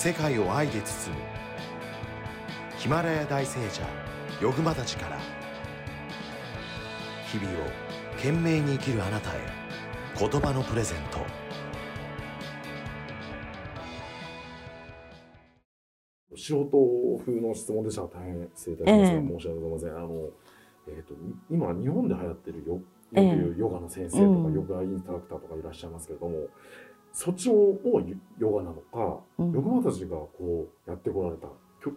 世界を愛で包むヒマラヤ大聖者ヨグマたちから、日々を懸命に生きるあなたへ言葉のプレゼント。 素人風の質問でしたら大変失礼いたしますが、申し訳ございません。今日本で流行ってるよくいうヨガの先生とか、ヨガインストラクターとかいらっしゃいますけれども、そっちをヨガなのか、ヨガマたちがこうやってこられた、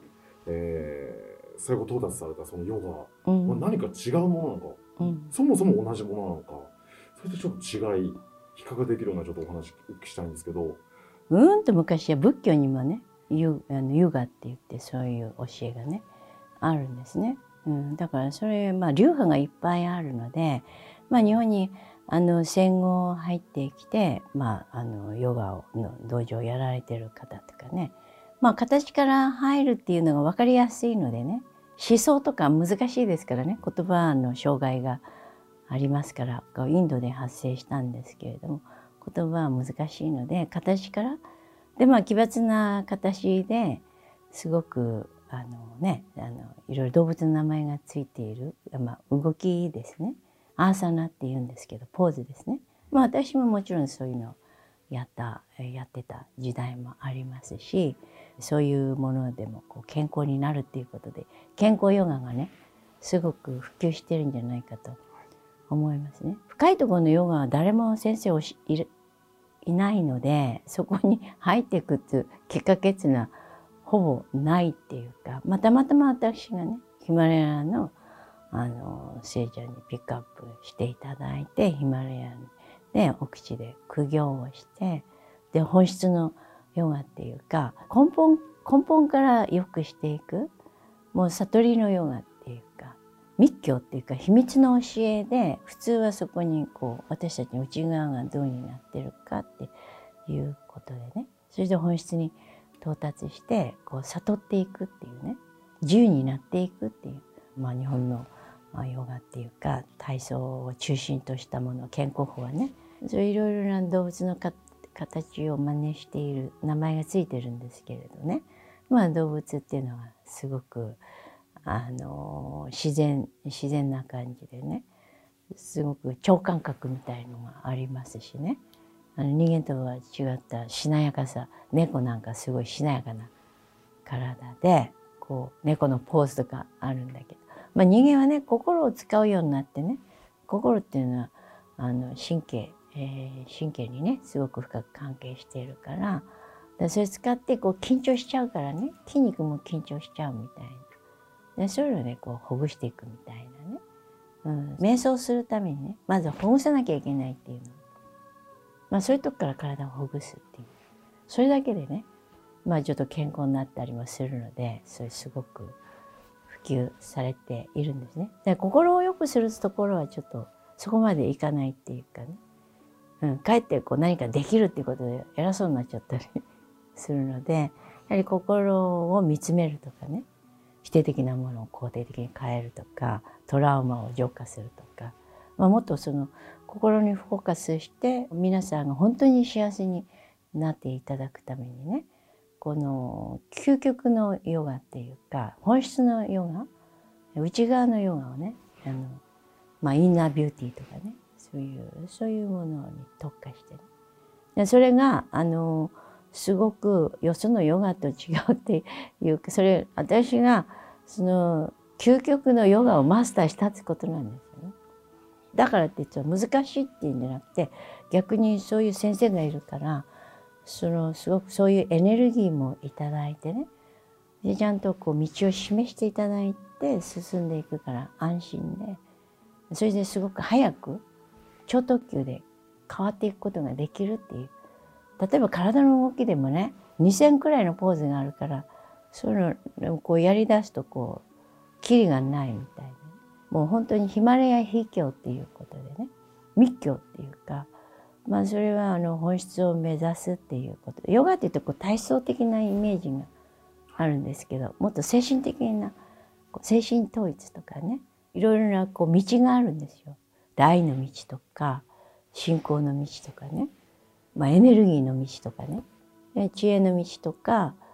最後到達されたそのヨガは何か違うものなのか、そもそも同じものなのか、それでちょっと違い比較できるようなちょっとお話お聞きしたいんですけど。 と昔は仏教にもね、ヨガって言ってそういう教えがねあるんですね。だからそれ流派がいっぱいあるので、日本に戦後入ってきて、ヨガの道場をやられてる方とかね、形から入るっていうのが分かりやすいのでね、思想とか難しいですからね、言葉の障害がありますから、インドで発生したんですけれども、言葉は難しいので形からで奇抜な形ですごくいろいろ動物の名前がついている、動きですね。アーサナって言うんですけど、ポーズですね。私ももちろんそういうのをやってた時代もありますし、そういうものでも健康になるっていうことで健康ヨガがねすごく普及してるんじゃないかと思いますね。深いところのヨガは誰も先生いないので、そこに入っていくっていうきっかけっていうのはほぼないっていうか、たまたま私がねヒマラヤの聖者にピックアップしていただいて、ヒマラヤで奥地で苦行をして、で本質のヨガっていうか根本から良くしていく、もう悟りのヨガっていうか密教っていうか秘密の教えで、普通はそこに私たちの内側がどうになってるかっていうことでね、それで本質に到達して悟っていくっていうね、自由になっていくっていう、日本のヨガっていうか体操を中心としたもの、健康法はね、そういういろいろな動物の形を真似している名前がついてるんですけれどね、動物っていうのはすごく自然な感じでね、すごく超感覚みたいのがありますしね、人間とは違ったしなやかさ、猫なんかすごいしなやかな体で猫のポーズとかあるんだけど、人間はね心を使うようになってね、心っていうのは神経にねすごく深く関係しているから、それ使って緊張しちゃうからね、筋肉も緊張しちゃうみたいな。でそういうのをねほぐしていくみたいなね、瞑想するためにねまずほぐさなきゃいけないっていうの、そういうとこから体をほぐすっていう、それだけでねちょっと健康になったりもするので、それすごく普及されているんですね。で心を良くするところはちょっとそこまでいかないっていうかね、かえって何かできるっていうことで偉そうになっちゃったりするので、やはり心を見つめるとかね、否定的なものを肯定的に変えるとか、トラウマを浄化するとか、もっとその心にフォーカスして皆さんが本当に幸せになっていただくためにね、この究極のヨガっていうか本質のヨガ、内側のヨガをね、インナービューティーとかね、そういうものに特化してね、でそれがすごくよそのヨガと違うっていうか、それ私がその究極のヨガをマスターしたってことなんですよね。だからって言って難しいっていうんじゃなくて、逆にそういう先生がいるからすごくそういうエネルギーもいただいてね、でちゃんと道を示していただいて進んでいくから安心で、それですごく早く超特急で変わっていくことができるっていう。例えば体の動きでもね2000くらいのポーズがあるから、そういうのやりだすとキリがないみたいな、もう本当にヒマラヤ秘境っていうことでね、密教っていうか、それは本質を目指すっていうことで、ヨガっていうと体操的なイメージがあるんですけど、もっと精神的な精神統一とかね、いろいろな道があるんですよ。愛の道とか信仰の道とかね、エネルギーの道とかね、知恵の道とか、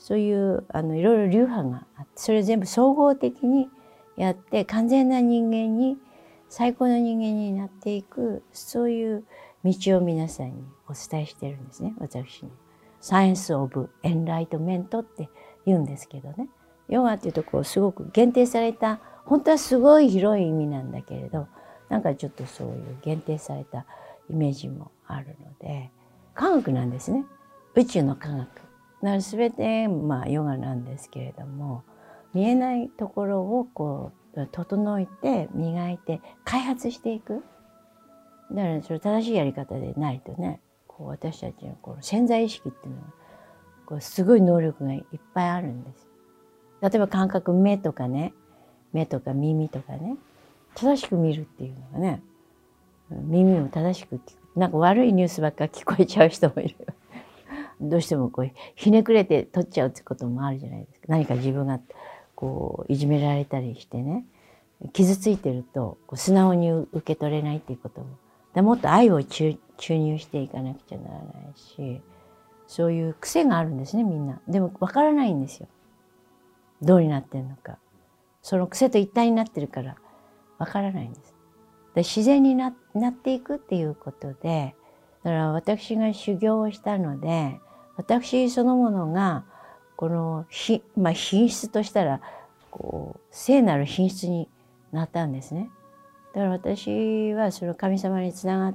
そういういろいろ流派があって、それを全部総合的にやって完全な人間に、最高の人間になっていく、そういう道を皆さんにお伝えしてるんですね、私に。サイエンス・オブ・エンライトメントって言うんですけどね。ヨガっていうとこうすごく限定された、本当はすごい広い意味なんだけれど、なんかちょっとそういう限定されたイメージもあるので、科学なんですね。宇宙の科学。だから全てヨガなんですけれども、見えないところをこう整えて磨いて開発していく。だからそれ正しいやり方でないとね、こう私たちのこの潜在意識っていうのはこうすごい能力がいっぱいあるんです。例えば感覚、目とかね、目とか耳とかね、正しく見るっていうのがね、耳を正しく聞く。なんか悪いニュースばっか聞こえちゃう人もいる。どうしてもこうひねくれて取っちゃうってこともあるじゃないですか。何か自分がこういじめられたりしてね、傷ついてるとこう素直に受け取れないっていうことも。もっと愛を注入していかなくちゃならないし、そういう癖があるんですね、みんな。でもわからないんですよ。どうになってんのか。その癖と一体になってるからわからないんです。で自然になっていくっていうことで、だから私が修行をしたので、私そのものがこの品質としたらこう聖なる品質になったんですね。だから私はそれを神様につながって、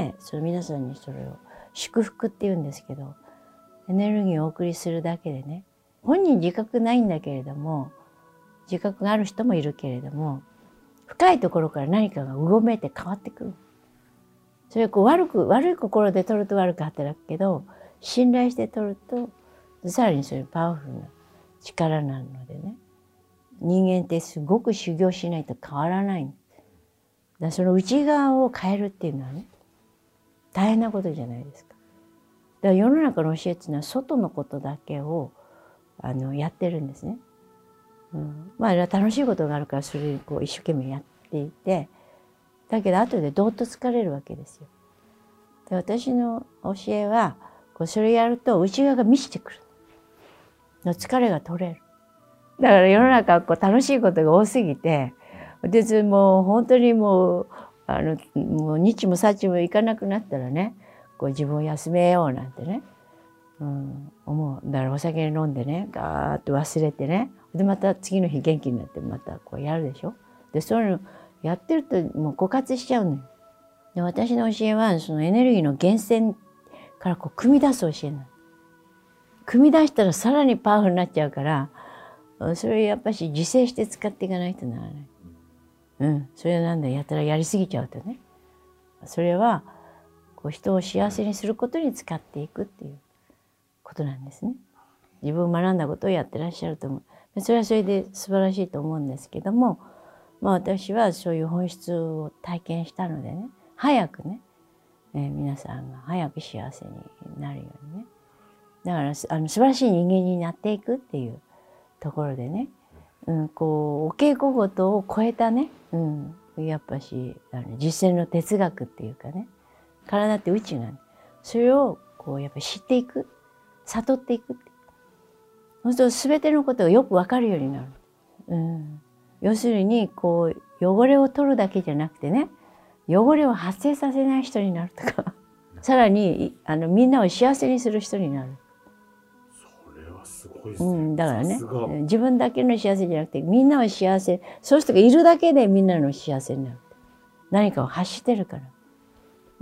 その皆さんにそれを祝福っていうんですけど、エネルギーをお送りするだけでね、本人自覚ないんだけれども、自覚がある人もいるけれども、深いところから何かがうごめいて変わってくる。それをこう悪い心で取ると悪く働くけど、信頼して取るとさらにそれパワフルな力なのでね、人間ってすごく修行しないと変わらないんです。だからその内側を変えるっていうのはね、大変なことじゃないですか。だから世の中の教えっていうのは外のことだけをやってるんですね。あれは楽しいことがあるからそれをこう一生懸命やっていて、だけど後でどっと疲れるわけですよ。で私の教えはそれやると内側が満ちてくる。疲れが取れる。だから世の中は楽しいことが多すぎて、でもう本当にもう日もさちもいかなくなったらね、自分を休めようなんてね、思う。だからお酒飲んでね、ガーッと忘れてね、でまた次の日元気になってまたやるでしょ。でそういうのやってるともう枯渇しちゃうのよ。で私の教えはそのエネルギーの源泉から汲み出す教えなの。汲み出したらさらにパワフルになっちゃうから、それやっぱし自制して使っていかないとならない。それはなんだ、やたらやりすぎちゃうとね。それは人を幸せにすることに使っていくっていうことなんですね。自分学んだことをやってらっしゃると思う。それはそれで素晴らしいと思うんですけども、私はそういう本質を体験したのでね、早くね、皆さんが早く幸せになるようにね。だから素晴らしい人間になっていくっていうところでね、お稽古事を超えたね、やっぱし実践の哲学っていうかね、体って宇宙なんで、それをやっぱり知っていく、悟っていくって。そうすると全てのことがよく分かるようになる。要するに汚れを取るだけじゃなくてね、汚れを発生させない人になるとかさらにみんなを幸せにする人になる。 それはすごいですね。 だからね、自分だけの幸せじゃなくてみんなを幸せ、そういう人がいるだけでみんなの幸せになる。何かを発してるから。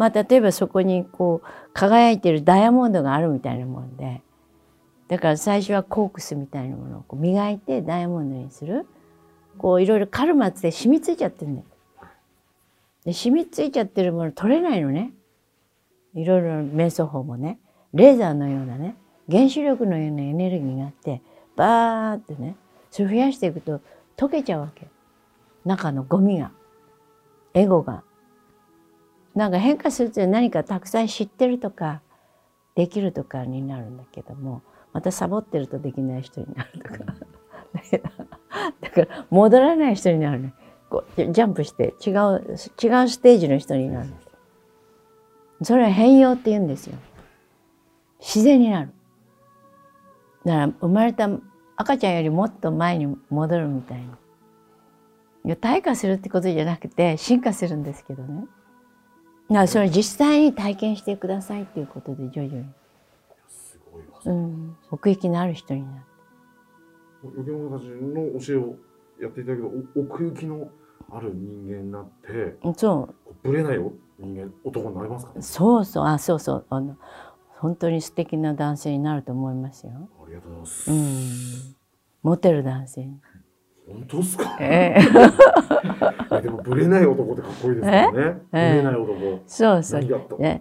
例えばそこに輝いてるダイヤモンドがあるみたいなもんで、だから最初はコークスみたいなものを磨いてダイヤモンドにする。いろいろカルマって染みついちゃってるんだよ。で染みついちゃってるもの取れないのね。いろいろ瞑想法もね、レーザーのようなね、原子力のようなエネルギーがあって、バーってね、それ増やしていくと溶けちゃうわけ。中のゴミが、エゴが。なんか変化すると何かたくさん知ってるとか、できるとかになるんだけども、またサボってるとできない人になるとか。だから戻らない人になるね。ジャンプして違うステージの人になる。それは変容って言うんですよ。自然になる。 だから生まれた赤ちゃんよりもっと前に戻るみたいに。いや退化するってことじゃなくて進化するんですけどね。だからそれ実際に体験してくださいっていうことで徐々に、 すごいわ。 奥行きのある人になって。 ヨギマたちの教えをやっていただけど、奥行きのある人間になって、ぶれない人間、男になりますかね。 そうそう、そうそう、本当に素敵な男性になると思いますよ。 ありがとうございます。 モテる男性。 本当ですか。でもブレない男ってかっこいいですよね。ブレない男。 そうそう。 チ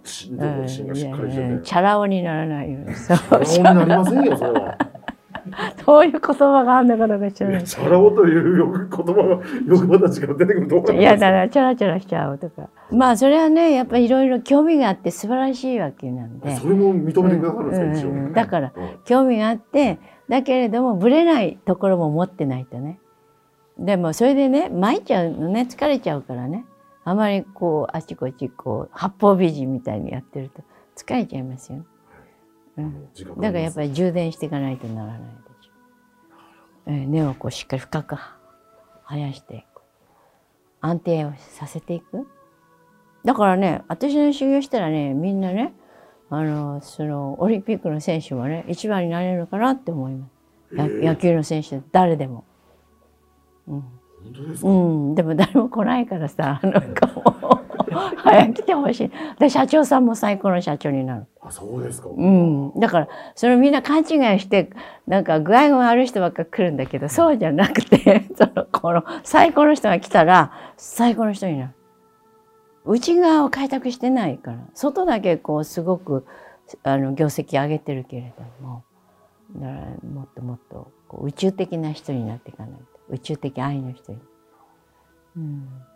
ャラ男にならないように。 チャラ男になりませんよ、それは。 そういう言葉があるのかどうか知らない。 チャラ男という言葉が欲張たちから出てくると思います。 いやだからチャラチャラしちゃうとか。まあそれはねやっぱりいろいろ興味があって素晴らしいわけなんで。 それも認めてくださるんですか、一応。 だから興味があってだけれどもブレないところも持ってないとね。でもそれでね参っちゃうのね、疲れちゃうからね、あまりこうあちこちこう八方美人みたいにやってると疲れちゃいますよ。だからやっぱり充電していかないとならないでしょ。根をこうしっかり深く生やしていく、安定をさせていく。だからね私の修行したらねみんなねそのオリンピックの選手もね一番になれるのかなって思います。野球の選手誰でも。 本当ですか。 でも誰も来ないからさ、なんかもう早く来てほしい。で社長さんも最高の社長になる。 あ、そうですか。 だからそれみんな勘違いしてなんか具合が悪い人ばっか来るんだけど、そうじゃなくてこの最高の人が来たら最高の人になる。内側を開拓してないから、外だけこうすごく業績上げてるけれども、だからもっともっとこう宇宙的な人になっていかないと。宇宙的愛の人に。